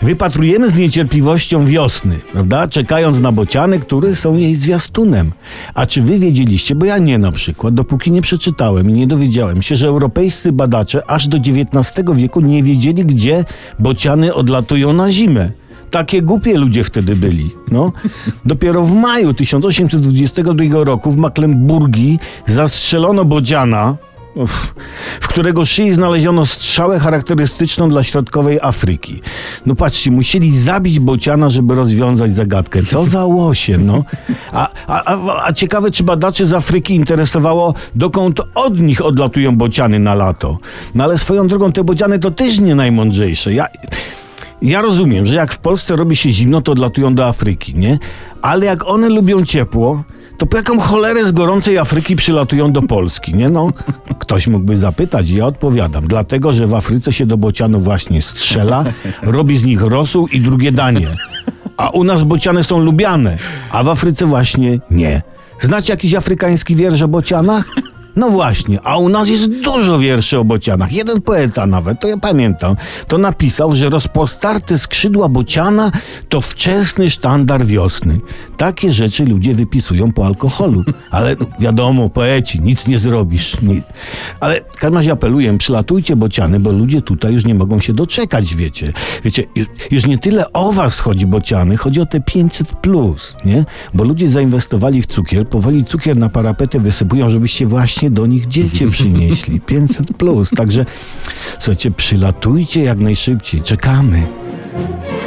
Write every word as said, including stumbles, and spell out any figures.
Wypatrujemy z niecierpliwością wiosny, prawda? Czekając na bociany, które są jej zwiastunem. A czy wy wiedzieliście, bo ja nie na przykład, dopóki nie przeczytałem i nie dowiedziałem się, że europejscy badacze aż do dziewiętnastego wieku nie wiedzieli, gdzie bociany odlatują na zimę. Takie głupie ludzie wtedy byli. No. Dopiero w maju tysiąc osiemset dwudziestego drugiego roku w Mecklenburgii zastrzelono bociana, Uf, w którego szyi znaleziono strzałę charakterystyczną dla środkowej Afryki. No patrzcie, musieli zabić bociana, żeby rozwiązać zagadkę. Co za łosie, no. A, a, a, a ciekawe, czy badaczy z Afryki interesowało, dokąd od nich odlatują bociany na lato. No ale swoją drogą te bociany to też nie najmądrzejsze. Ja... Ja rozumiem, że jak w Polsce robi się zimno, to odlatują do Afryki, nie? Ale jak one lubią ciepło, to po jaką cholerę z gorącej Afryki przylatują do Polski, nie? No, ktoś mógłby zapytać i ja odpowiadam. Dlatego, że w Afryce się do bocianów właśnie strzela, robi z nich rosół i drugie danie. A u nas bociany są lubiane, a w Afryce właśnie nie. Znacie jakiś afrykański wiersz o bocianach? No właśnie, a u nas jest dużo wierszy o bocianach. Jeden poeta nawet, to ja pamiętam, to napisał, że rozpostarte skrzydła bociana to wczesny sztandar wiosny. Takie rzeczy ludzie wypisują po alkoholu. Ale wiadomo, poeci, nic nie zrobisz. Nic. Ale w każdym razie apeluję, przylatujcie bociany, bo ludzie tutaj już nie mogą się doczekać, wiecie. Wiecie, już, już nie tyle o was chodzi bociany, chodzi o te pięćset plus, nie? Bo ludzie zainwestowali w cukier, powoli cukier na parapetę wysypują, żebyście właśnie do nich dziecię przynieśli. pięćset plus. Także słuchajcie, przylatujcie jak najszybciej. Czekamy.